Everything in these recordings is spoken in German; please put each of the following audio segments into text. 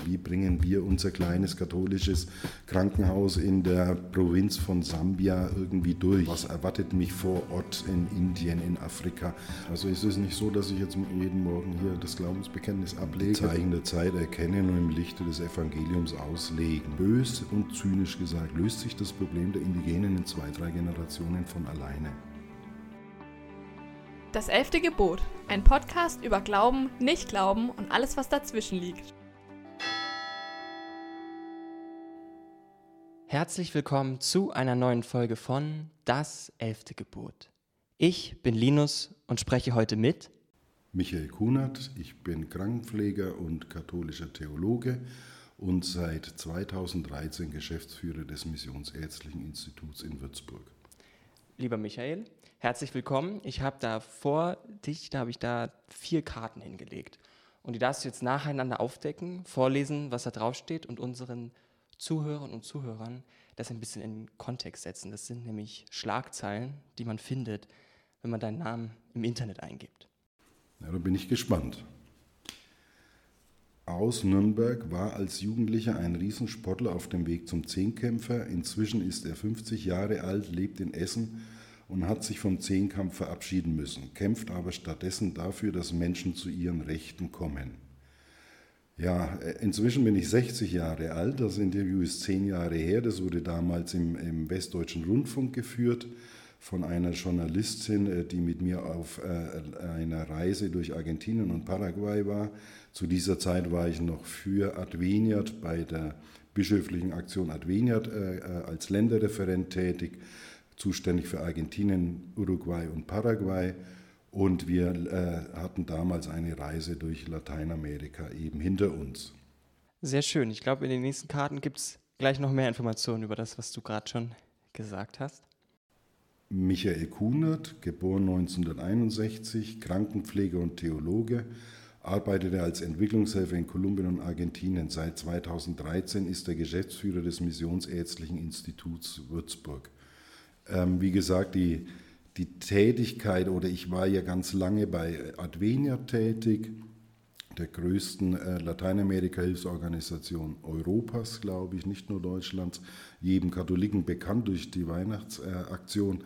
wie bringen wir unser kleines katholisches Krankenhaus in der Provinz von Sambia irgendwie durch? Was erwartet mich vor Ort in Indien, in Afrika? Also es ist nicht so, dass ich jetzt jeden Morgen hier das Glaubensbekenntnis ablege, die Zeichen der Zeit erkennen und im Lichte des Evangeliums auslegen. Bös und zynisch gesagt, löst sich das Problem der Indigenen in 2-3 Generationen von alleine. Das 11. Gebot, ein Podcast über Glauben, Nicht-Glauben und alles, was dazwischen liegt. Herzlich willkommen zu einer neuen Folge von Das 11. Gebot. Ich bin Linus und spreche heute mit Michael Kunert, ich bin Krankenpfleger und katholischer Theologe und seit 2013 Geschäftsführer des Missionsärztlichen Instituts in Würzburg. Lieber Michael, herzlich willkommen. Ich habe da vor dich, da habe ich 4 Karten hingelegt. Und die darfst du jetzt nacheinander aufdecken, vorlesen, was da draufsteht und unseren Zuhörern und Zuhörern das ein bisschen in Kontext setzen. Das sind nämlich Schlagzeilen, die man findet, wenn man deinen Namen im Internet eingibt. Ja, da bin ich gespannt. Aus Nürnberg war als Jugendlicher ein Riesensportler auf dem Weg zum Zehnkämpfer. Inzwischen ist er 50 Jahre alt, lebt in Essen und hat sich vom Zehnkampf verabschieden müssen, kämpft aber stattdessen dafür, dass Menschen zu ihren Rechten kommen. Ja, inzwischen bin ich 60 Jahre alt, das Interview ist 10 Jahre her, das wurde damals im Westdeutschen Rundfunk geführt von einer Journalistin, die mit mir auf einer Reise durch Argentinien und Paraguay war. Zu dieser Zeit war ich noch für Adveniat bei der bischöflichen Aktion Adveniat als Länderreferent tätig, zuständig für Argentinien, Uruguay und Paraguay. Und wir hatten damals eine Reise durch Lateinamerika eben hinter uns. Sehr schön. Ich glaube, in den nächsten Karten gibt es gleich noch mehr Informationen über das, was du gerade schon gesagt hast. Michael Kunert, geboren 1961, Krankenpfleger und Theologe, arbeitete als Entwicklungshelfer in Kolumbien und Argentinien. Seit 2013 ist er Geschäftsführer des Missionsärztlichen Instituts Würzburg. Wie gesagt, die Tätigkeit, oder ich war ja ganz lange bei Adveniat tätig, der größten Lateinamerika-Hilfsorganisation Europas, glaube ich, nicht nur Deutschlands, jedem Katholiken bekannt durch die Weihnachtsaktion.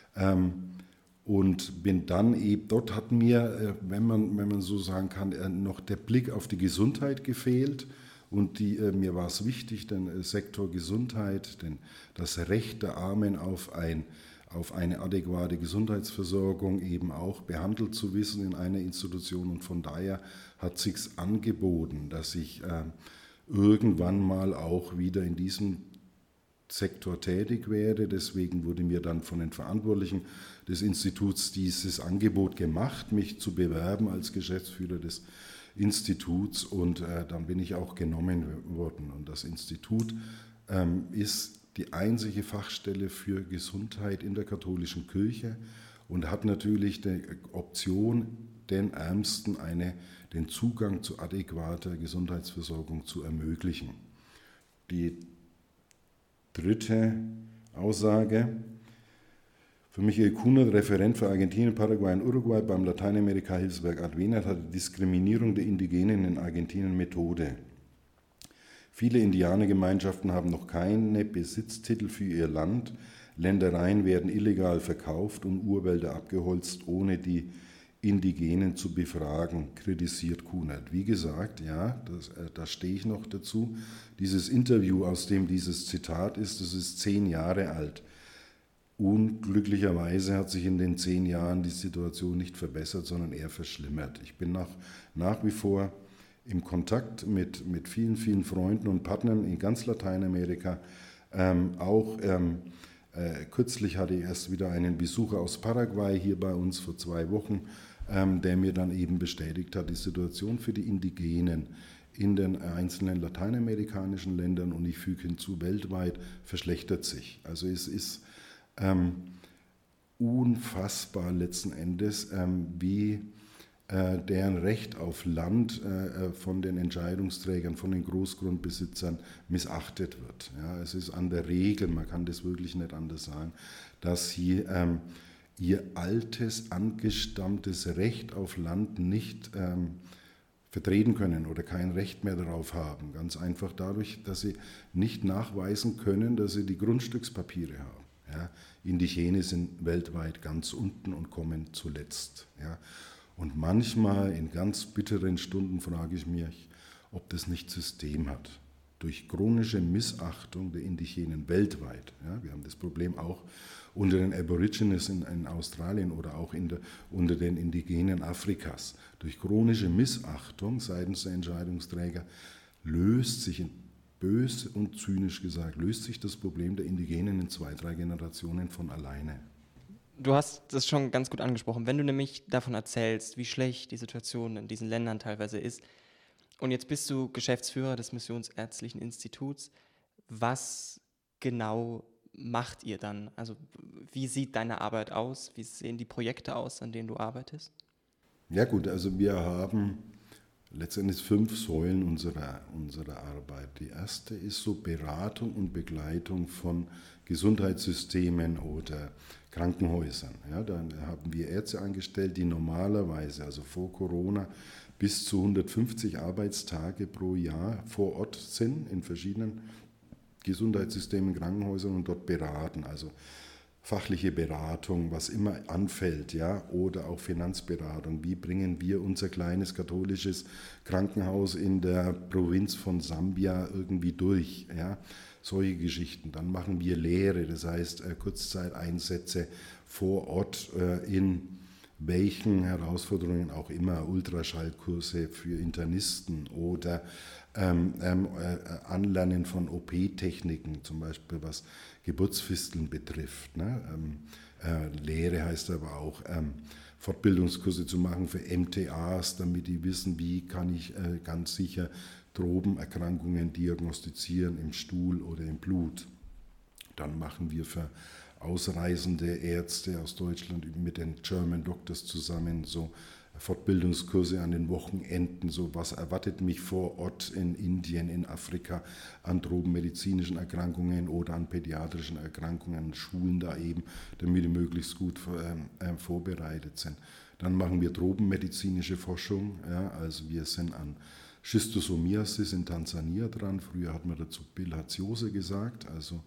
Und bin dann eben, dort hat mir, wenn man so sagen kann, noch der Blick auf die Gesundheit gefehlt. Und mir war es wichtig, den Sektor Gesundheit, das Recht der Armen auf eine adäquate Gesundheitsversorgung eben auch behandelt zu wissen in einer Institution. Und von daher hat es sich angeboten, dass ich irgendwann mal auch wieder in diesem Sektor tätig werde. Deswegen wurde mir dann von den Verantwortlichen des Instituts dieses Angebot gemacht, mich zu bewerben als Geschäftsführer des Instituts. Und dann bin ich auch genommen worden. Und das Institut ist die einzige Fachstelle für Gesundheit in der katholischen Kirche und hat natürlich die Option, den Ärmsten den Zugang zu adäquater Gesundheitsversorgung zu ermöglichen. Die dritte Aussage: Für Michael Kunert, Referent für Argentinien, Paraguay und Uruguay beim Lateinamerika-Hilfswerk Adveniat, hat die Diskriminierung der Indigenen in Argentinien Methode. Viele Indianergemeinschaften haben noch keine Besitztitel für ihr Land. Ländereien werden illegal verkauft und Urwälder abgeholzt, ohne die Indigenen zu befragen, kritisiert Kunert. Wie gesagt, ja, da stehe ich noch dazu. Dieses Interview, aus dem dieses Zitat ist, das ist 10 Jahre alt. Unglücklicherweise hat sich in den 10 Jahren die Situation nicht verbessert, sondern eher verschlimmert. Ich bin nach wie vor im Kontakt mit vielen, vielen Freunden und Partnern in ganz Lateinamerika. Kürzlich hatte ich erst wieder einen Besucher aus Paraguay hier bei uns vor 2 Wochen, der mir dann eben bestätigt hat, die Situation für die Indigenen in den einzelnen lateinamerikanischen Ländern, und ich füge hinzu, weltweit, verschlechtert sich. Also es ist unfassbar letzten Endes, wie deren Recht auf Land von den Entscheidungsträgern, von den Großgrundbesitzern missachtet wird. Ja, es ist an der Regel, man kann das wirklich nicht anders sagen, dass sie ihr altes, angestammtes Recht auf Land nicht vertreten können oder kein Recht mehr darauf haben. Ganz einfach dadurch, dass sie nicht nachweisen können, dass sie die Grundstückspapiere haben. Ja. Indigene sind weltweit ganz unten und kommen zuletzt. Ja. Und manchmal in ganz bitteren Stunden frage ich mich, ob das nicht System hat. Durch chronische Missachtung der Indigenen weltweit. Ja. Wir haben das Problem auch unter den Aborigines in Australien oder auch unter den Indigenen Afrikas. Durch chronische Missachtung seitens der Entscheidungsträger löst sich, bös und zynisch gesagt, löst sich das Problem der Indigenen in 2, 3 Generationen von alleine. Du hast das schon ganz gut angesprochen. Wenn du nämlich davon erzählst, wie schlecht die Situation in diesen Ländern teilweise ist, und jetzt bist du Geschäftsführer des Missionsärztlichen Instituts, was genau macht ihr dann? Also wie sieht deine Arbeit aus? Wie sehen die Projekte aus, an denen du arbeitest? Ja gut, also wir haben letztendlich 5 Säulen unserer Arbeit. Die erste ist so Beratung und Begleitung von Gesundheitssystemen oder Krankenhäusern. Ja, da haben wir Ärzte angestellt, die normalerweise, also vor Corona, bis zu 150 Arbeitstage pro Jahr vor Ort sind in verschiedenen Gesundheitssystemen, Krankenhäusern und dort beraten, also fachliche Beratung, was immer anfällt, ja, oder auch Finanzberatung. Wie bringen wir unser kleines katholisches Krankenhaus in der Provinz von Sambia irgendwie durch, ja, solche Geschichten. Dann machen wir Lehre, das heißt Kurzzeiteinsätze vor Ort in welchen Herausforderungen auch immer, Ultraschallkurse für Internisten oder Anlernen von OP-Techniken, zum Beispiel was Geburtsfisteln betrifft. Ne? Lehre heißt aber auch, Fortbildungskurse zu machen für MTAs, damit die wissen, wie kann ich ganz sicher Drogenerkrankungen diagnostizieren im Stuhl oder im Blut. Dann machen wir für ausreisende Ärzte aus Deutschland mit den German Doctors zusammen so Fortbildungskurse an den Wochenenden, so was erwartet mich vor Ort in Indien, in Afrika an drogenmedizinischen Erkrankungen oder an pädiatrischen Erkrankungen, schulen da eben, damit die möglichst gut vorbereitet sind. Dann machen wir drogenmedizinische Forschung, ja, also wir sind an Schistosomiasis in Tansania dran, früher hat man dazu Bilharziose gesagt, also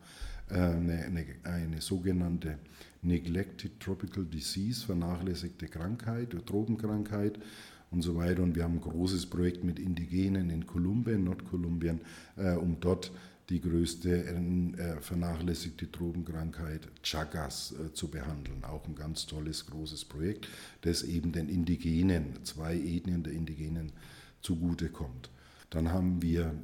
eine sogenannte Neglected Tropical Disease, vernachlässigte Krankheit, Tropenkrankheit und so weiter. Und wir haben ein großes Projekt mit Indigenen in Kolumbien, Nordkolumbien, um dort die größte vernachlässigte Tropenkrankheit Chagas zu behandeln. Auch ein ganz tolles, großes Projekt, das eben den Indigenen, 2 Ethnien der Indigenen zugutekommt. Dann haben wir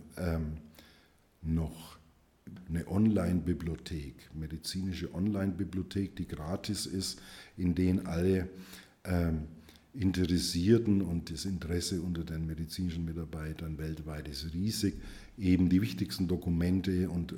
noch eine Online-Bibliothek, medizinische Online-Bibliothek, die gratis ist, in denen alle Interessierten, und das Interesse unter den medizinischen Mitarbeitern weltweit ist riesig, eben die wichtigsten Dokumente und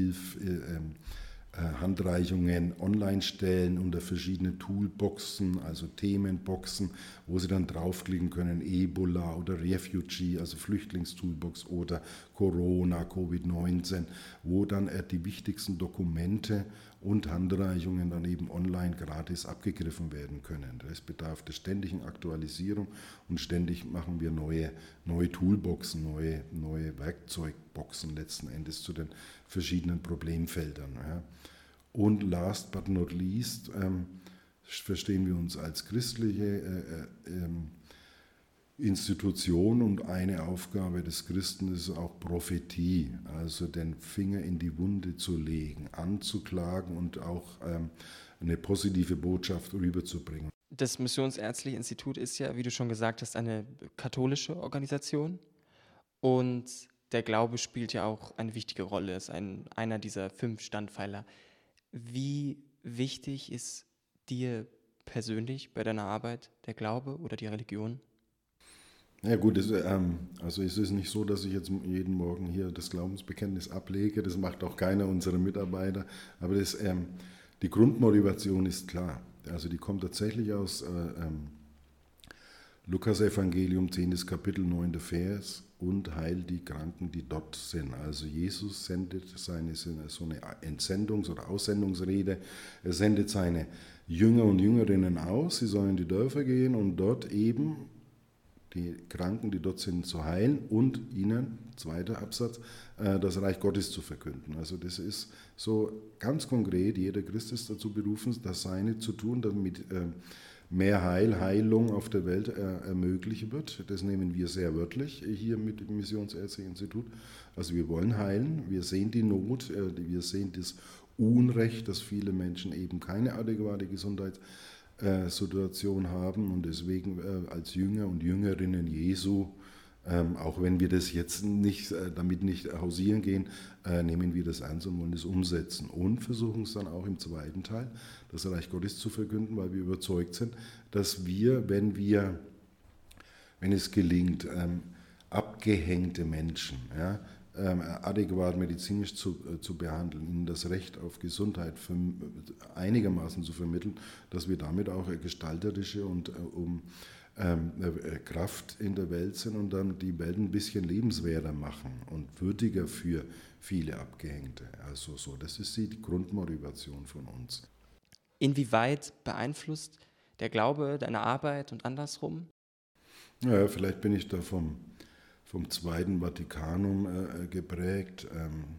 Handreichungen online stellen unter verschiedene Toolboxen, also Themenboxen, wo Sie dann draufklicken können, Ebola oder Refugee, also Flüchtlingstoolbox oder Corona, Covid-19, wo dann die wichtigsten Dokumente und Handreichungen dann eben online gratis abgegriffen werden können. Das bedarf der ständigen Aktualisierung und ständig machen wir neue Toolboxen, neue Werkzeugboxen letzten Endes zu den verschiedenen Problemfeldern. Ja. Und last but not least verstehen wir uns als christliche Institution, und eine Aufgabe des Christen ist auch Prophetie, also den Finger in die Wunde zu legen, anzuklagen und auch eine positive Botschaft rüberzubringen. Das Missionsärztliche Institut ist ja, wie du schon gesagt hast, eine katholische Organisation, und der Glaube spielt ja auch eine wichtige Rolle, ist einer dieser 5 Standpfeiler. Wie wichtig ist dir persönlich bei deiner Arbeit der Glaube oder die Religion? Ja gut, also es ist nicht so, dass ich jetzt jeden Morgen hier das Glaubensbekenntnis ablege, das macht auch keiner unserer Mitarbeiter, aber die Grundmotivation ist klar. Also die kommt tatsächlich aus Lukas Evangelium, 10. Kapitel, 9. Vers, und heilt die Kranken, die dort sind. Also Jesus sendet so eine Entsendungs- oder Aussendungsrede. Er sendet seine Jünger und Jüngerinnen aus, sie sollen in die Dörfer gehen und dort eben die Kranken, die dort sind, zu heilen und ihnen, zweiter Absatz, das Reich Gottes zu verkünden. Also das ist so ganz konkret, jeder Christ ist dazu berufen, das Seine zu tun, damit mehr Heilung auf der Welt ermöglicht wird. Das nehmen wir sehr wörtlich hier mit dem Missionsärztlichen Institut. Also wir wollen heilen, wir sehen die Not, wir sehen das Unrecht, dass viele Menschen eben keine adäquate Gesundheitssituation haben und deswegen als Jünger und Jüngerinnen Jesu, auch wenn wir das jetzt damit nicht hausieren gehen, nehmen wir das ernst und wollen das umsetzen und versuchen es dann auch im zweiten Teil, das Reich Gottes zu verkünden, weil wir überzeugt sind, dass wir, wenn es gelingt, abgehängte Menschen, ja, adäquat medizinisch zu behandeln, ihnen das Recht auf Gesundheit einigermaßen zu vermitteln, dass wir damit auch gestalterische und Kraft in der Welt sind und dann die Welt ein bisschen lebenswerter machen und würdiger für viele Abgehängte. Also so, das ist die Grundmotivation von uns. Inwieweit beeinflusst der Glaube deine Arbeit und andersrum? Ja, vielleicht bin ich da vom Zweiten Vatikanum geprägt,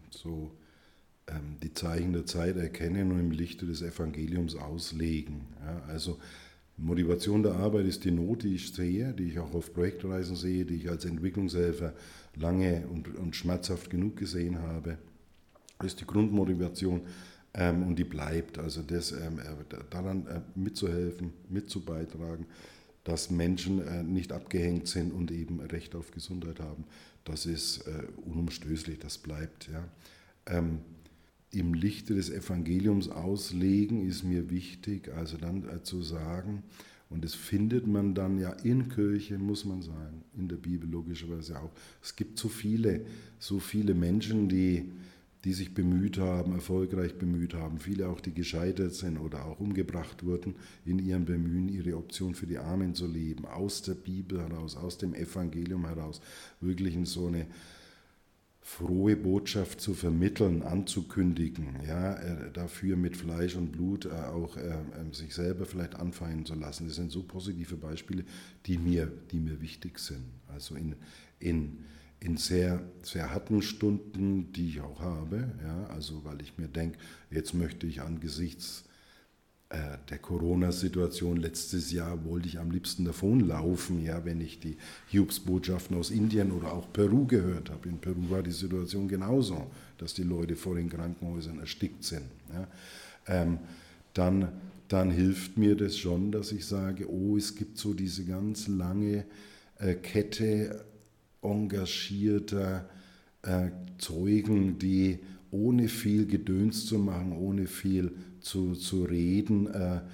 die Zeichen der Zeit erkennen und im Lichte des Evangeliums auslegen. Ja, also Motivation der Arbeit ist die Not, die ich sehe, die ich auch auf Projektreisen sehe, die ich als Entwicklungshelfer lange und schmerzhaft genug gesehen habe. Das ist die Grundmotivation und die bleibt. Also daran mitzuhelfen, mitzubeitragen, dass Menschen nicht abgehängt sind und eben Recht auf Gesundheit haben, das ist unumstößlich, das bleibt. Ja. Im Lichte des Evangeliums auslegen ist mir wichtig, also dann zu sagen, und das findet man dann ja in Kirche, muss man sagen, in der Bibel logischerweise auch. Es gibt so viele Menschen, die sich bemüht haben, erfolgreich bemüht haben, viele auch, die gescheitert sind oder auch umgebracht wurden, in ihrem Bemühen, ihre Option für die Armen zu leben, aus der Bibel heraus, aus dem Evangelium heraus, wirklich in so eine frohe Botschaft zu vermitteln, anzukündigen, ja, dafür mit Fleisch und Blut auch sich selber vielleicht anfeinden zu lassen. Das sind so positive Beispiele, die mir wichtig sind. Also in sehr, sehr harten Stunden, die ich auch habe, ja, also weil ich mir denke, jetzt möchte ich angesichts der Corona-Situation letztes Jahr wollte ich am liebsten davonlaufen, ja, wenn ich die Hiobsbotschaften aus Indien oder auch Peru gehört habe. In Peru war die Situation genauso, dass die Leute vor den Krankenhäusern erstickt sind. Ja. Dann hilft mir das schon, dass ich sage, es gibt so diese ganz lange Kette engagierter Zeugen, die ohne viel Gedöns zu machen, ohne viel zu reden,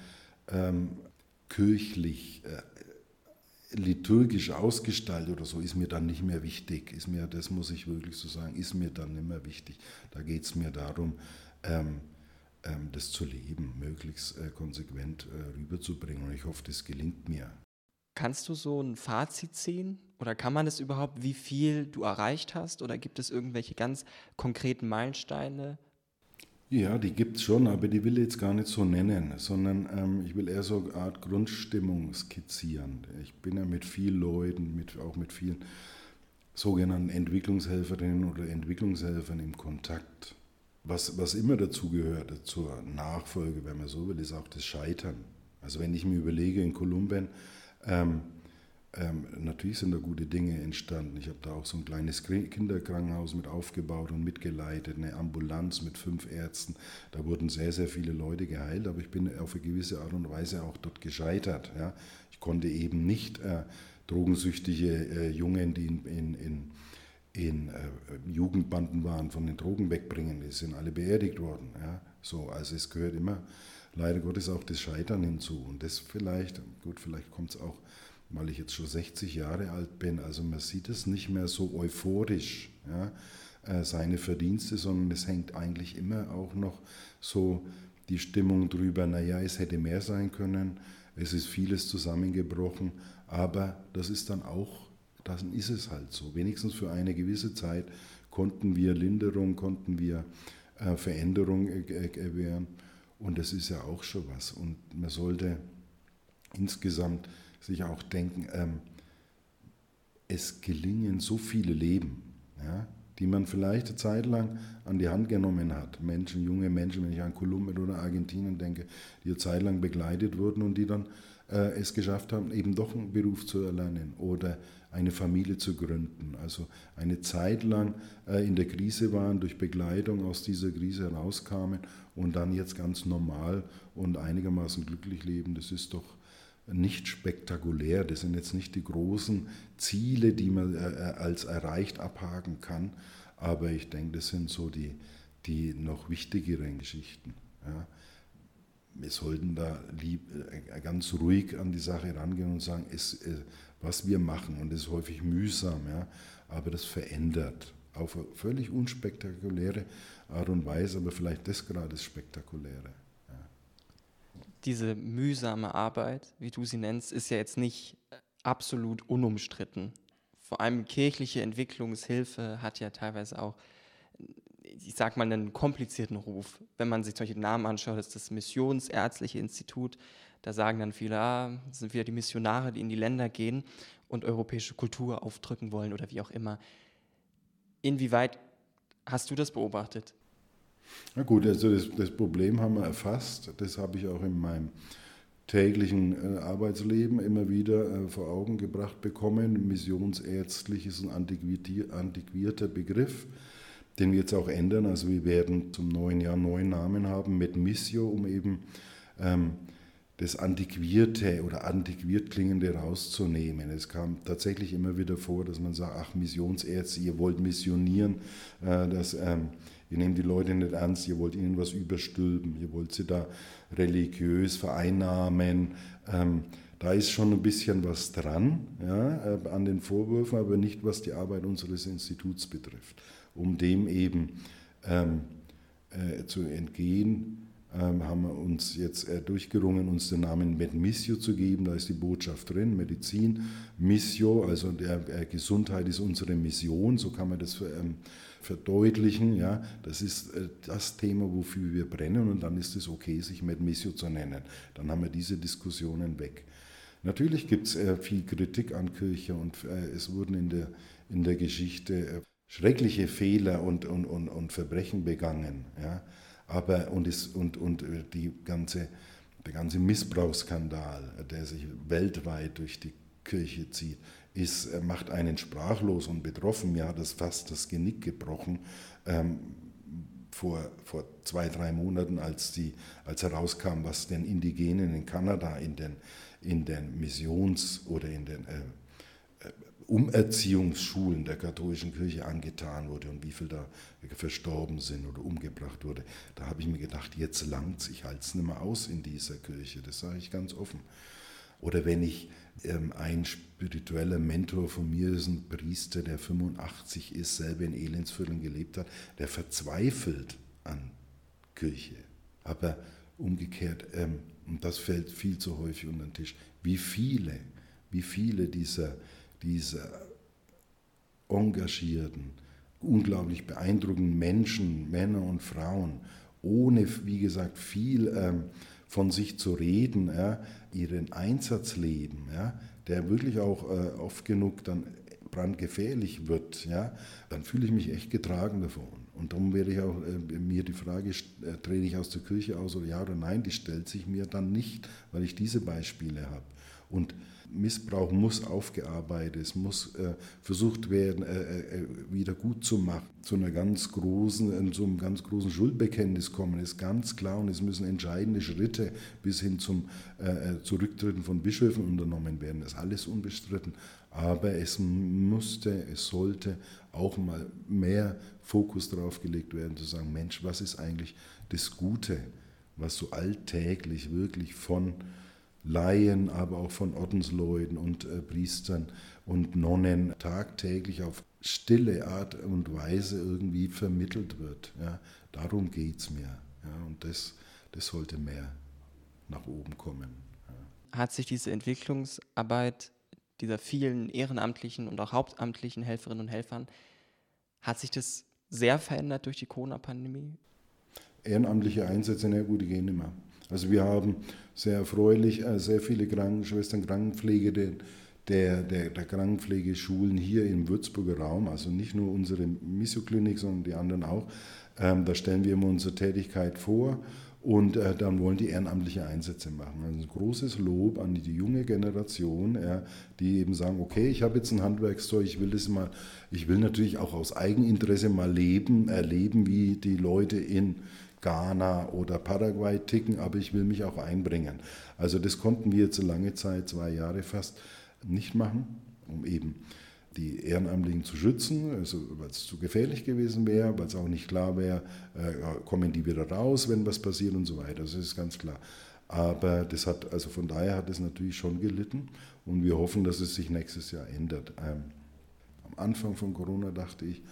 kirchlich, liturgisch ausgestaltet oder so, ist mir dann nicht mehr wichtig. Das muss ich wirklich so sagen, ist mir dann nicht mehr wichtig. Da geht es mir darum, das zu leben, möglichst konsequent rüberzubringen. Und ich hoffe, das gelingt mir. Kannst du so ein Fazit ziehen? Oder kann man es überhaupt, wie viel du erreicht hast? Oder gibt es irgendwelche ganz konkreten Meilensteine? Ja, die gibt es schon, aber die will ich jetzt gar nicht so nennen, sondern ich will eher so eine Art Grundstimmung skizzieren. Ich bin ja mit vielen Leuten, auch mit vielen sogenannten Entwicklungshelferinnen oder Entwicklungshelfern im Kontakt. Was immer dazu gehört, zur Nachfolge, wenn man so will, ist auch das Scheitern. Also wenn ich mir überlege, in Kolumbien, natürlich sind da gute Dinge entstanden. Ich habe da auch so ein kleines Kinderkrankenhaus mit aufgebaut und mitgeleitet, eine Ambulanz mit 5 Ärzten. Da wurden sehr, sehr viele Leute geheilt, aber ich bin auf eine gewisse Art und Weise auch dort gescheitert. Ja. Ich konnte eben nicht drogensüchtige Jungen, die in Jugendbanden waren, von den Drogen wegbringen. Die sind alle beerdigt worden. Ja. So, also es gehört immer, leider Gottes, auch das Scheitern hinzu. Und das vielleicht kommt es auch, weil ich jetzt schon 60 Jahre alt bin, also man sieht es nicht mehr so euphorisch, ja, seine Verdienste, sondern es hängt eigentlich immer auch noch so die Stimmung drüber, naja, es hätte mehr sein können, es ist vieles zusammengebrochen, aber das ist dann ist es halt so. Wenigstens für eine gewisse Zeit konnten wir Linderung, konnten wir Veränderung gewähren und das ist ja auch schon was. Und man sollte insgesamt sich auch denken, es gelingen so viele Leben, ja, die man vielleicht eine Zeit lang an die Hand genommen hat. Menschen, junge Menschen, wenn ich an Kolumbien oder Argentinien denke, die eine Zeit lang begleitet wurden und die dann es geschafft haben, eben doch einen Beruf zu erlernen oder eine Familie zu gründen. Also eine Zeit lang in der Krise waren, durch Begleitung aus dieser Krise herauskamen und dann jetzt ganz normal und einigermaßen glücklich leben. Das ist doch nicht spektakulär. Das sind jetzt nicht die großen Ziele, die man als erreicht abhaken kann. Aber ich denke, das sind so die noch wichtigeren Geschichten. Ja. Wir sollten da ganz ruhig an die Sache rangehen und sagen, was wir machen, und das ist häufig mühsam, ja, aber das verändert auf eine völlig unspektakuläre Art und Weise, aber vielleicht das gerade das Spektakuläre. Ja. Diese mühsame Arbeit, wie du sie nennst, ist ja jetzt nicht absolut unumstritten. Vor allem kirchliche Entwicklungshilfe hat ja teilweise auch, ich sag mal, einen komplizierten Ruf. Wenn man sich solche Namen anschaut, ist das Missionsärztliche Institut, da sagen dann viele, das sind wieder die Missionare, die in die Länder gehen und europäische Kultur aufdrücken wollen oder wie auch immer. Inwieweit hast du das beobachtet? Na gut, also das Problem haben wir erfasst. Das habe ich auch in meinem täglichen Arbeitsleben immer wieder vor Augen gebracht bekommen. Missionsärztlich ist ein antiquierter Begriff, den wir jetzt auch ändern. Also wir werden zum neuen Jahr einen neuen Namen haben mit Missio, um eben das Antiquierte oder antiquiert Klingende rauszunehmen. Es kam tatsächlich immer wieder vor, dass man sagt, ach Missionsärzte, ihr wollt missionieren, ihr nehmt die Leute nicht ernst, ihr wollt ihnen was überstülpen, ihr wollt sie da religiös vereinnahmen. Da ist schon ein bisschen was dran, ja, an den Vorwürfen, aber nicht, was die Arbeit unseres Instituts betrifft. Um dem eben zu entgehen, haben wir uns jetzt durchgerungen, uns den Namen Medmissio zu geben. Da ist die Botschaft drin, Medizin, Missio, also Gesundheit ist unsere Mission, so kann man das verdeutlichen. Ja. Das ist das Thema, wofür wir brennen, und dann ist es okay, sich Medmissio zu nennen. Dann haben wir diese Diskussionen weg. Natürlich gibt es viel Kritik an Kirche, und es wurden in der Geschichte schreckliche Fehler und Verbrechen begangen. Ja. Aber der ganze Missbrauchsskandal, der sich weltweit durch die Kirche zieht, macht einen sprachlos und betroffen. Mir hat das fast das Genick gebrochen vor 2-3 Monaten, als herauskam, was den Indigenen in Kanada in den Missions- oder in den Umerziehungsschulen der katholischen Kirche angetan wurde und wie viel da verstorben sind oder umgebracht wurde. Da habe ich mir gedacht, jetzt langt's, ich halte es nicht mehr aus in dieser Kirche, das sage ich ganz offen. Oder wenn ein spiritueller Mentor von mir ist, ein Priester, der 85 ist, selber in Elendsvierteln gelebt hat, der verzweifelt an Kirche. Aber umgekehrt, und das fällt viel zu häufig unter den Tisch, wie viele dieser engagierten, unglaublich beeindruckenden Menschen, Männer und Frauen, ohne, wie gesagt, viel von sich zu reden, ihren Einsatz leben, der wirklich auch oft genug dann brandgefährlich wird, dann fühle ich mich echt getragen davon. Und darum werde ich auch mir die Frage, trete ich aus der Kirche aus oder ja oder nein, die stellt sich mir dann nicht, weil ich diese Beispiele habe. Und Missbrauch muss aufgearbeitet, es muss versucht werden, wieder gut zu machen, zu einem ganz großen Schuldbekenntnis kommen, ist ganz klar, und es müssen entscheidende Schritte bis hin zum Zurücktreten von Bischöfen unternommen werden, das ist alles unbestritten, aber es sollte auch mal mehr Fokus darauf gelegt werden, zu sagen, Mensch, was ist eigentlich das Gute, was so alltäglich wirklich von Laien, aber auch von Ordensleuten und Priestern und Nonnen tagtäglich auf stille Art und Weise irgendwie vermittelt wird. Ja, darum geht es mir. Ja, und das sollte mehr nach oben kommen. Ja. Hat sich diese Entwicklungsarbeit dieser vielen ehrenamtlichen und auch hauptamtlichen Helferinnen und Helfern, hat sich das sehr verändert durch die Corona-Pandemie? Ehrenamtliche Einsätze, na gut, die gehen immer. Also wir haben sehr erfreulich sehr viele Krankenschwestern, Krankenpfleger, der Krankenpflegeschulen hier im Würzburger Raum, also nicht nur unsere Missio-Klinik, sondern die anderen auch. Da stellen wir immer unsere Tätigkeit vor und dann wollen die ehrenamtliche Einsätze machen. Also ein großes Lob an die junge Generation, die eben sagen, okay, ich habe jetzt ein Handwerkszeug, ich will natürlich auch aus Eigeninteresse mal erleben, wie die Leute in Ghana oder Paraguay ticken, aber ich will mich auch einbringen. Also das konnten wir jetzt lange Zeit, 2 Jahre fast, nicht machen, um eben die Ehrenamtlichen zu schützen, also weil es zu gefährlich gewesen wäre, weil es auch nicht klar wäre, kommen die wieder raus, wenn was passiert und so weiter. Das ist ganz klar. Aber von daher hat es natürlich schon gelitten und wir hoffen, dass es sich nächstes Jahr ändert. Am Anfang von Corona dachte ich,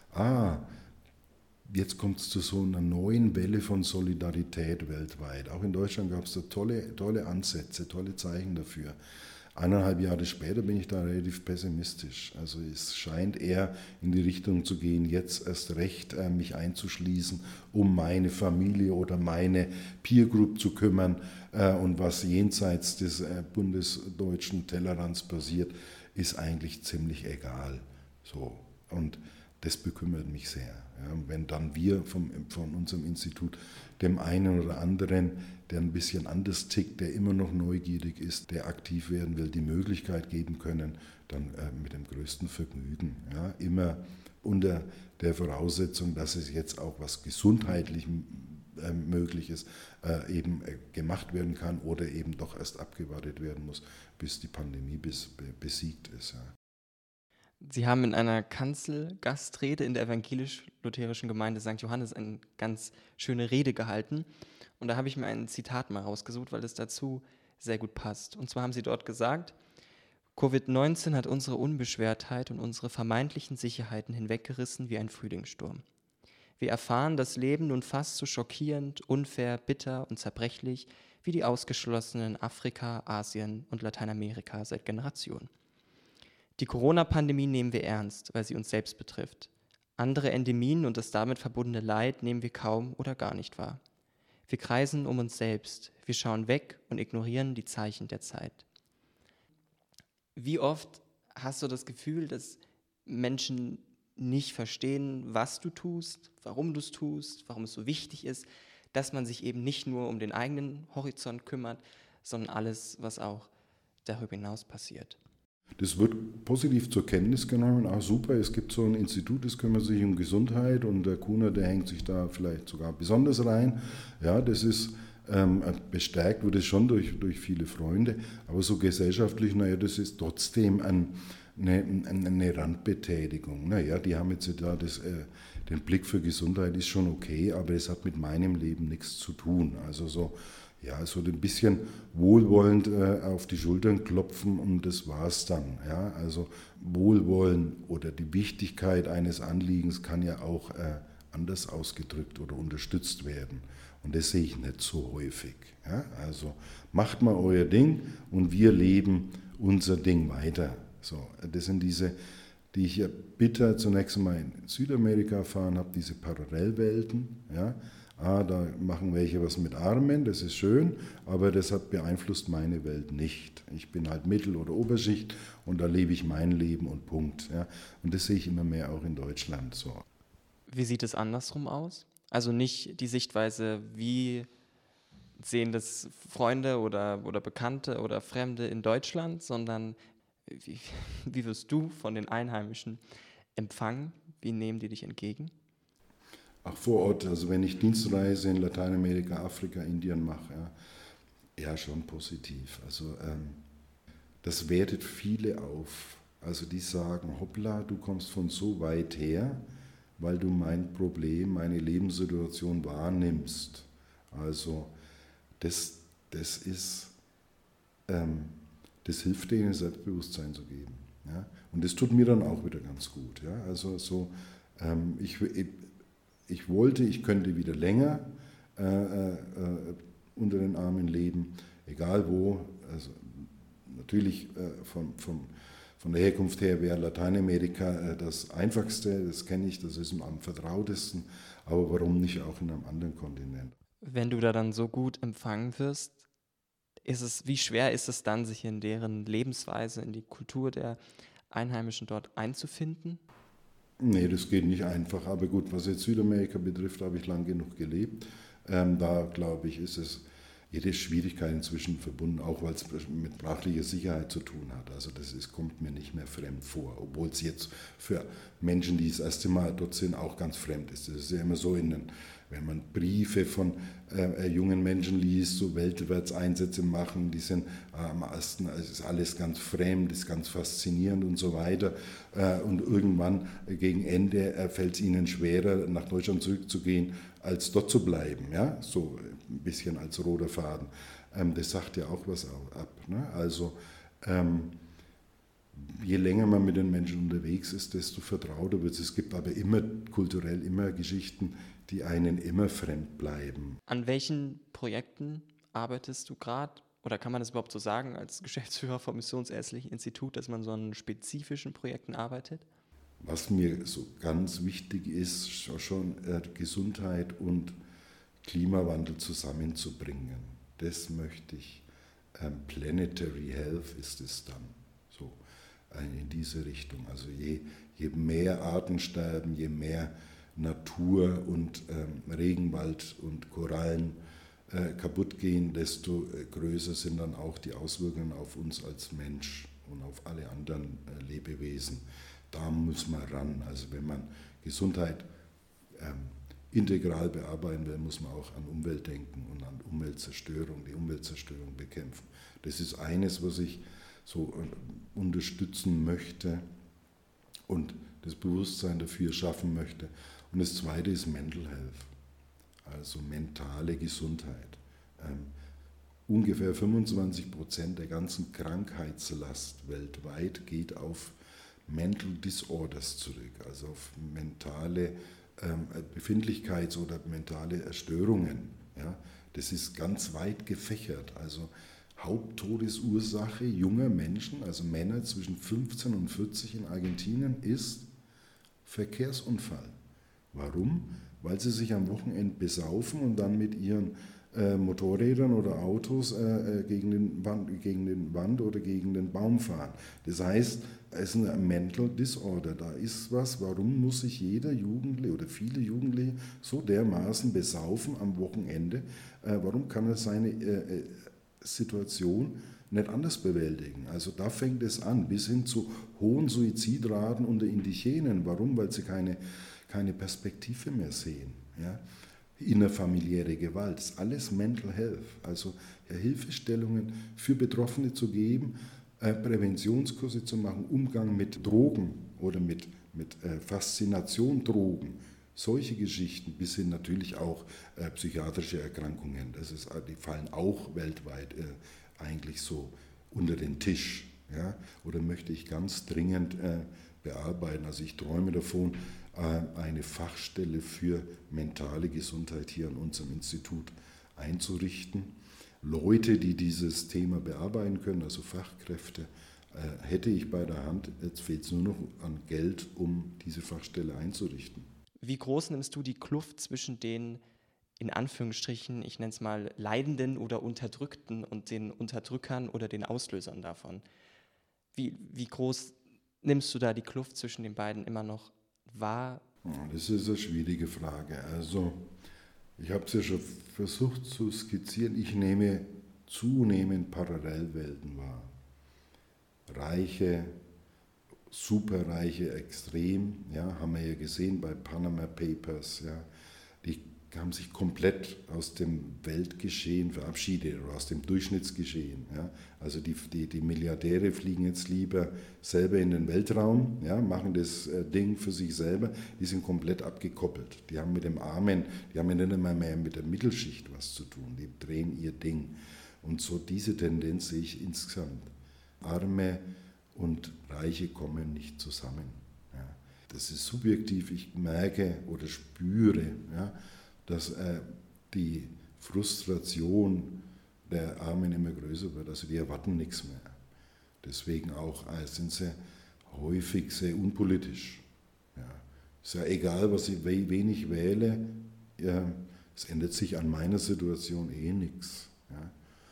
jetzt kommt es zu so einer neuen Welle von Solidarität weltweit. Auch in Deutschland gab es da tolle Ansätze, tolle Zeichen dafür. 1,5 Jahre später bin ich da relativ pessimistisch. Also es scheint eher in die Richtung zu gehen, jetzt erst recht mich einzuschließen, um meine Familie oder meine Peer Group zu kümmern. Und was jenseits des bundesdeutschen Tellerrands passiert, ist eigentlich ziemlich egal. So. Und das bekümmert mich sehr. Ja, wenn dann wir von unserem Institut dem einen oder anderen, der ein bisschen anders tickt, der immer noch neugierig ist, der aktiv werden will, die Möglichkeit geben können, dann mit dem größten Vergnügen. Ja, immer unter der Voraussetzung, dass es jetzt auch was gesundheitlich Mögliches eben gemacht werden kann oder eben doch erst abgewartet werden muss, bis die Pandemie besiegt ist. Ja. Sie haben in einer Kanzelgastrede in der evangelisch-lutherischen Gemeinde St. Johannes eine ganz schöne Rede gehalten. Und da habe ich mir ein Zitat mal rausgesucht, weil es dazu sehr gut passt. Und zwar haben Sie dort gesagt, Covid-19 hat unsere Unbeschwertheit und unsere vermeintlichen Sicherheiten hinweggerissen wie ein Frühlingssturm. Wir erfahren das Leben nun fast so schockierend, unfair, bitter und zerbrechlich wie die Ausgeschlossenen Afrika, Asien und Lateinamerika seit Generationen. Die Corona-Pandemie nehmen wir ernst, weil sie uns selbst betrifft. Andere Endemien und das damit verbundene Leid nehmen wir kaum oder gar nicht wahr. Wir kreisen um uns selbst, wir schauen weg und ignorieren die Zeichen der Zeit. Wie oft hast du das Gefühl, dass Menschen nicht verstehen, was du tust, warum du es tust, warum es so wichtig ist, dass man sich eben nicht nur um den eigenen Horizont kümmert, sondern alles, was auch darüber hinaus passiert? Das wird positiv zur Kenntnis genommen. Super, es gibt so ein Institut, das kümmert sich um Gesundheit und der Kuhner, der hängt sich da vielleicht sogar besonders rein. Ja, das ist bestärkt, wurde schon durch viele Freunde, aber so gesellschaftlich, das ist trotzdem eine Randbetätigung. Die haben jetzt da den Blick für Gesundheit ist schon okay, aber es hat mit meinem Leben nichts zu tun. Also so ein bisschen wohlwollend auf die Schultern klopfen und das war's dann. Ja? Also Wohlwollen oder die Wichtigkeit eines Anliegens kann ja auch anders ausgedrückt oder unterstützt werden. Und das sehe ich nicht so häufig. Ja? Also macht mal euer Ding und wir leben unser Ding weiter. So, das sind diese, die ich ja bitter zunächst einmal in Südamerika erfahren habe, diese Parallelwelten. Ja? Da machen welche was mit Armen, das ist schön, aber das beeinflusst meine Welt nicht. Ich bin halt Mittel- oder Oberschicht und da lebe ich mein Leben und Punkt. Ja. Und das sehe ich immer mehr auch in Deutschland so. Wie sieht es andersrum aus? Also nicht die Sichtweise, wie sehen das Freunde oder Bekannte oder Fremde in Deutschland, sondern wie wirst du von den Einheimischen empfangen? Wie nehmen die dich entgegen? Auch vor Ort, also wenn ich Dienstreise in Lateinamerika, Afrika, Indien mache, ja schon positiv. Also das wertet viele auf. Also die sagen, hoppla, du kommst von so weit her, weil du mein Problem, meine Lebenssituation wahrnimmst. Also das hilft denen, Selbstbewusstsein zu geben. Ja? Und das tut mir dann auch wieder ganz gut. Ja? Also so, ich könnte wieder länger unter den Armen leben, egal wo. Also natürlich von der Herkunft her wäre Lateinamerika das Einfachste, das kenne ich, das ist am vertrautesten, aber warum nicht auch in einem anderen Kontinent? Wenn du da dann so gut empfangen wirst, wie schwer ist es dann, sich in deren Lebensweise, in die Kultur der Einheimischen dort einzufinden? Nee, das geht nicht einfach. Aber gut, was jetzt Südamerika betrifft, habe ich lang genug gelebt. Da, glaube ich, ist es jede Schwierigkeit inzwischen verbunden, auch weil es mit sprachlicher Sicherheit zu tun hat. Also kommt mir nicht mehr fremd vor, obwohl es jetzt für Menschen, die das erste Mal dort sind, auch ganz fremd ist. Das ist ja immer so, wenn man Briefe von jungen Menschen liest, so Weltwärtseinsätze machen, die sind am ersten, es ist alles ganz fremd, ist ganz faszinierend und so weiter. Und irgendwann gegen Ende fällt es ihnen schwerer, nach Deutschland zurückzugehen, als dort zu bleiben, ja, so ein bisschen als roter Faden. Das sagt ja auch was ab. Ne? Also je länger man mit den Menschen unterwegs ist, desto vertrauter wird es. Es gibt aber immer kulturell immer Geschichten, die einen immer fremd bleiben. An welchen Projekten arbeitest du gerade? Oder kann man das überhaupt so sagen als Geschäftsführer vom Missionsärztlichen Institut, dass man so an spezifischen Projekten arbeitet? Was mir so ganz wichtig ist, schon Gesundheit und Klimawandel zusammenzubringen. Das möchte ich. Planetary Health ist es dann. So in diese Richtung. Also je mehr Artensterben, je mehr Natur und Regenwald und Korallen kaputt gehen, desto größer sind dann auch die Auswirkungen auf uns als Mensch und auf alle anderen Lebewesen. Da muss man ran. Also wenn man Gesundheit integral bearbeiten will, muss man auch an Umwelt denken und an Umweltzerstörung, die Umweltzerstörung bekämpfen. Das ist eines, was ich so unterstützen möchte und das Bewusstsein dafür schaffen möchte. Und das Zweite ist Mental Health, also mentale Gesundheit. Ungefähr 25% der ganzen Krankheitslast weltweit geht auf Mental Disorders zurück, also auf mentale Befindlichkeits- oder mentale Störungen. Ja? Das ist ganz weit gefächert. Also Haupttodesursache junger Menschen, also Männer zwischen 15 und 40 in Argentinien, ist Verkehrsunfall. Warum? Weil sie sich am Wochenende besaufen und dann mit ihren Motorrädern oder Autos gegen den Wand oder gegen den Baum fahren. Das heißt, es ist ein Mental Disorder. Da ist was, warum muss sich jeder Jugendliche oder viele Jugendliche so dermaßen besaufen am Wochenende? Warum kann er seine Situation nicht anders bewältigen? Also da fängt es an, bis hin zu hohen Suizidraten unter Indigenen. Warum? Weil sie keine Perspektive mehr sehen. Ja? Innerfamiliäre Gewalt, das ist alles Mental Health, also Hilfestellungen für Betroffene zu geben, Präventionskurse zu machen, Umgang mit Drogen oder mit Faszination Drogen, solche Geschichten, bis hin natürlich auch psychiatrische Erkrankungen, die fallen auch weltweit eigentlich so unter den Tisch. Ja? Oder möchte ich ganz dringend bearbeiten. Also ich träume davon, eine Fachstelle für mentale Gesundheit hier an unserem Institut einzurichten. Leute, die dieses Thema bearbeiten können, also Fachkräfte, hätte ich bei der Hand. Jetzt fehlt es nur noch an Geld, um diese Fachstelle einzurichten. Wie groß nimmst du die Kluft zwischen den, in Anführungsstrichen, ich nenne es mal, Leidenden oder Unterdrückten und den Unterdrückern oder den Auslösern davon? Wie groß nimmst du da die Kluft zwischen den beiden immer noch wahr? Das ist eine schwierige Frage. Also ich habe es ja schon versucht zu skizzieren. Ich nehme zunehmend Parallelwelten wahr. Reiche, superreiche, extrem, ja, haben wir ja gesehen bei Panama Papers. Ja, die haben sich komplett aus dem Weltgeschehen verabschiedet oder aus dem Durchschnittsgeschehen. Ja. Also die Milliardäre fliegen jetzt lieber selber in den Weltraum, ja, machen das Ding für sich selber, die sind komplett abgekoppelt. Die haben mit dem Armen, die haben ja nicht einmal mehr mit der Mittelschicht was zu tun, die drehen ihr Ding. Und so diese Tendenz sehe ich insgesamt. Arme und Reiche kommen nicht zusammen. Ja. Das ist subjektiv, ich merke oder spüre, ja, dass die Frustration der Armen immer größer wird. Also die erwarten nichts mehr. Deswegen auch sind sie häufig sehr unpolitisch. Ja. Ist ja egal, wen ich wähle, ja, es ändert sich an meiner Situation nichts. Ja.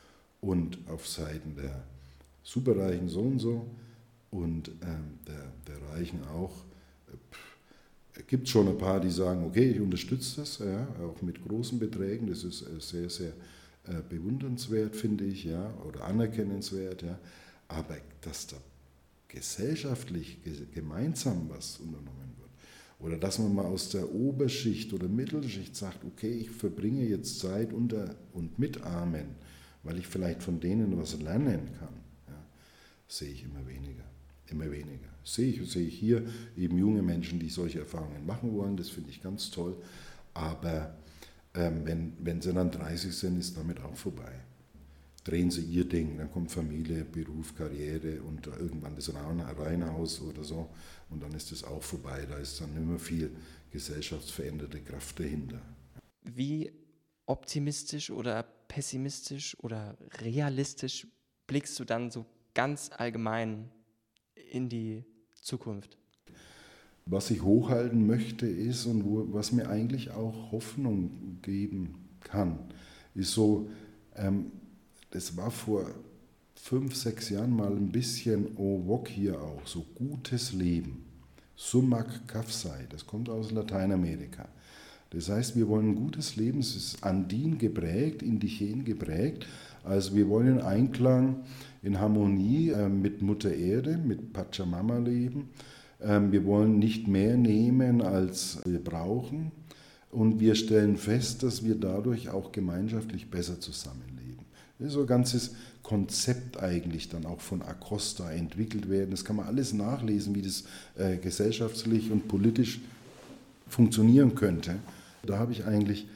und auf Seiten der Superreichen so und so und der Reichen auch. Gibt es schon ein paar, die sagen, okay, ich unterstütze das, ja, auch mit großen Beträgen, das ist sehr, sehr bewundernswert, finde ich, ja, oder anerkennenswert, ja, aber dass da gesellschaftlich gemeinsam was unternommen wird oder dass man mal aus der Oberschicht oder Mittelschicht sagt, okay, ich verbringe jetzt Zeit unter und mit Armen, weil ich vielleicht von denen was lernen kann, ja, sehe ich immer weniger. Immer weniger. Sehe ich hier eben junge Menschen, die solche Erfahrungen machen wollen, das finde ich ganz toll, aber wenn sie dann 30 sind, ist damit auch vorbei. Drehen sie ihr Ding, dann kommt Familie, Beruf, Karriere und irgendwann das Reihenhaus oder so und dann ist das auch vorbei. Da ist dann nicht mehr viel gesellschaftsveränderte Kraft dahinter. Wie optimistisch oder pessimistisch oder realistisch blickst du dann so ganz allgemein in die Zukunft? Was ich hochhalten möchte ist und was mir eigentlich auch Hoffnung geben kann, ist so, das war vor 5, 6 Jahren mal ein bisschen Wok hier auch, so gutes Leben. Sumak Kafsai, das kommt aus Lateinamerika. Das heißt, wir wollen ein gutes Leben, es ist andin geprägt, indigen geprägt. Also wir wollen in Einklang, in Harmonie mit Mutter Erde, mit Pachamama leben. Wir wollen nicht mehr nehmen, als wir brauchen. Und wir stellen fest, dass wir dadurch auch gemeinschaftlich besser zusammenleben. Das ist so ein ganzes Konzept eigentlich dann auch von Acosta entwickelt werden. Das kann man alles nachlesen, wie das gesellschaftlich und politisch funktionieren könnte. Da habe ich eigentlich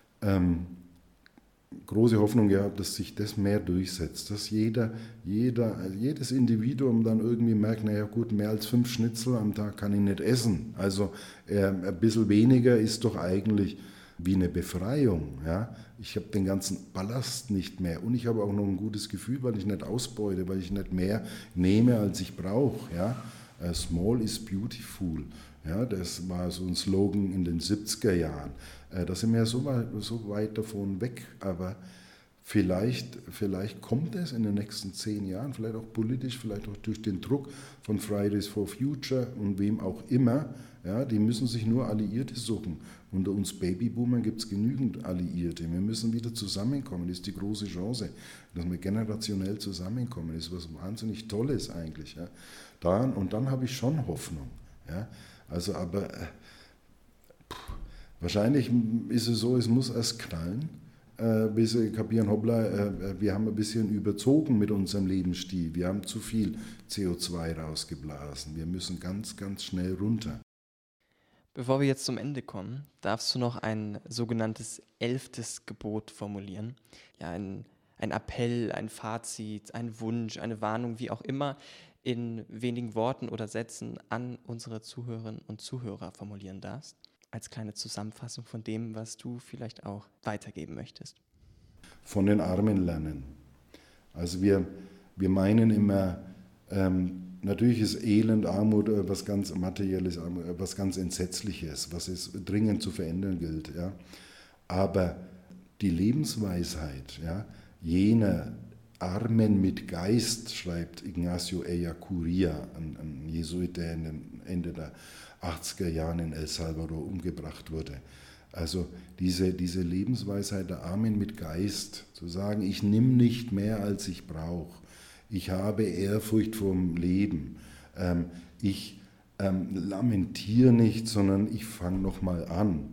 große Hoffnung gehabt, dass sich das mehr durchsetzt, dass jedes Individuum dann irgendwie merkt, naja gut, mehr als 5 Schnitzel am Tag kann ich nicht essen. Also ein bisschen weniger ist doch eigentlich wie eine Befreiung. Ja? Ich habe den ganzen Ballast nicht mehr und ich habe auch noch ein gutes Gefühl, weil ich nicht ausbeute, weil ich nicht mehr nehme, als ich brauche. Ja? Small is beautiful. Ja, das war so ein Slogan in den 70er Jahren. Da sind wir so weit davon weg, aber vielleicht kommt es in den nächsten 10 Jahren, vielleicht auch politisch, vielleicht auch durch den Druck von Fridays for Future und wem auch immer. Ja, die müssen sich nur Alliierte suchen. Unter uns Babyboomern gibt es genügend Alliierte. Wir müssen wieder zusammenkommen, das ist die große Chance, dass wir generationell zusammenkommen. Das ist was wahnsinnig Tolles eigentlich. Ja. Dann habe ich schon Hoffnung. Ja. Also, aber wahrscheinlich ist es so, es muss erst knallen, bis sie kapieren, hoppla, wir haben ein bisschen überzogen mit unserem Lebensstil. Wir haben zu viel CO2 rausgeblasen. Wir müssen ganz, ganz schnell runter. Bevor wir jetzt zum Ende kommen, darfst du noch ein sogenanntes 11. Gebot formulieren. Ja, ein Appell, ein Fazit, ein Wunsch, eine Warnung, wie auch immer, in wenigen Worten oder Sätzen an unsere Zuhörerinnen und Zuhörer formulieren darfst, als kleine Zusammenfassung von dem, was du vielleicht auch weitergeben möchtest. Von den Armen lernen. Also wir meinen immer, natürlich ist Elend, Armut was ganz Materielles, was ganz Entsetzliches, was es dringend zu verändern gilt. Ja. Aber die Lebensweisheit, ja, jener Armen mit Geist, schreibt Ignacio Ellacuría, ein Jesuit, der Ende der 80er Jahre in El Salvador umgebracht wurde. Also diese Lebensweisheit der Armen mit Geist, zu sagen, ich nehme nicht mehr, als ich brauche. Ich habe Ehrfurcht vorm Leben. Ich lamentiere nicht, sondern ich fange nochmal an.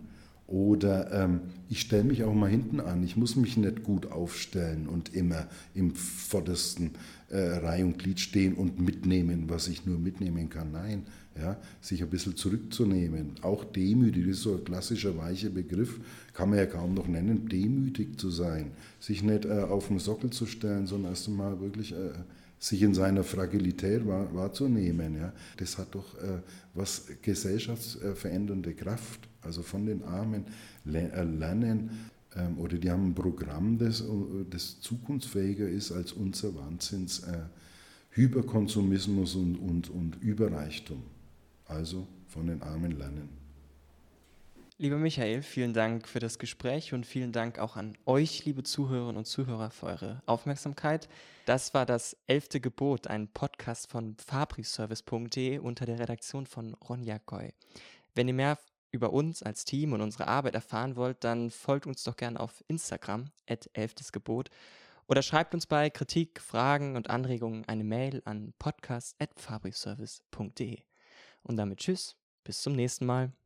Oder ich stelle mich auch mal hinten an. Ich muss mich nicht gut aufstellen und immer im vordersten Reihe und Glied stehen und mitnehmen, was ich nur mitnehmen kann. Nein, ja, sich ein bisschen zurückzunehmen. Auch demütig, das ist so ein klassischer weicher Begriff, kann man ja kaum noch nennen, demütig zu sein. Sich nicht auf den Sockel zu stellen, sondern erst einmal wirklich sich in seiner Fragilität wahrzunehmen. Ja. Das hat doch was gesellschaftsverändernde Kraft. Also von den Armen lernen, oder die haben ein Programm, das zukunftsfähiger ist als unser Wahnsinns Hyperkonsumismus und Überreichtum. Also von den Armen lernen. Lieber Michael, vielen Dank für das Gespräch und vielen Dank auch an euch, liebe Zuhörerinnen und Zuhörer, für eure Aufmerksamkeit. Das war das 11. Gebot, ein Podcast von fabriservice.de unter der Redaktion von Ronja Goy. Wenn ihr mehr über uns als Team und unsere Arbeit erfahren wollt, dann folgt uns doch gerne auf Instagram @11. Gebot oder schreibt uns bei Kritik, Fragen und Anregungen eine Mail an podcast@fabriservice.de. Und damit tschüss, bis zum nächsten Mal.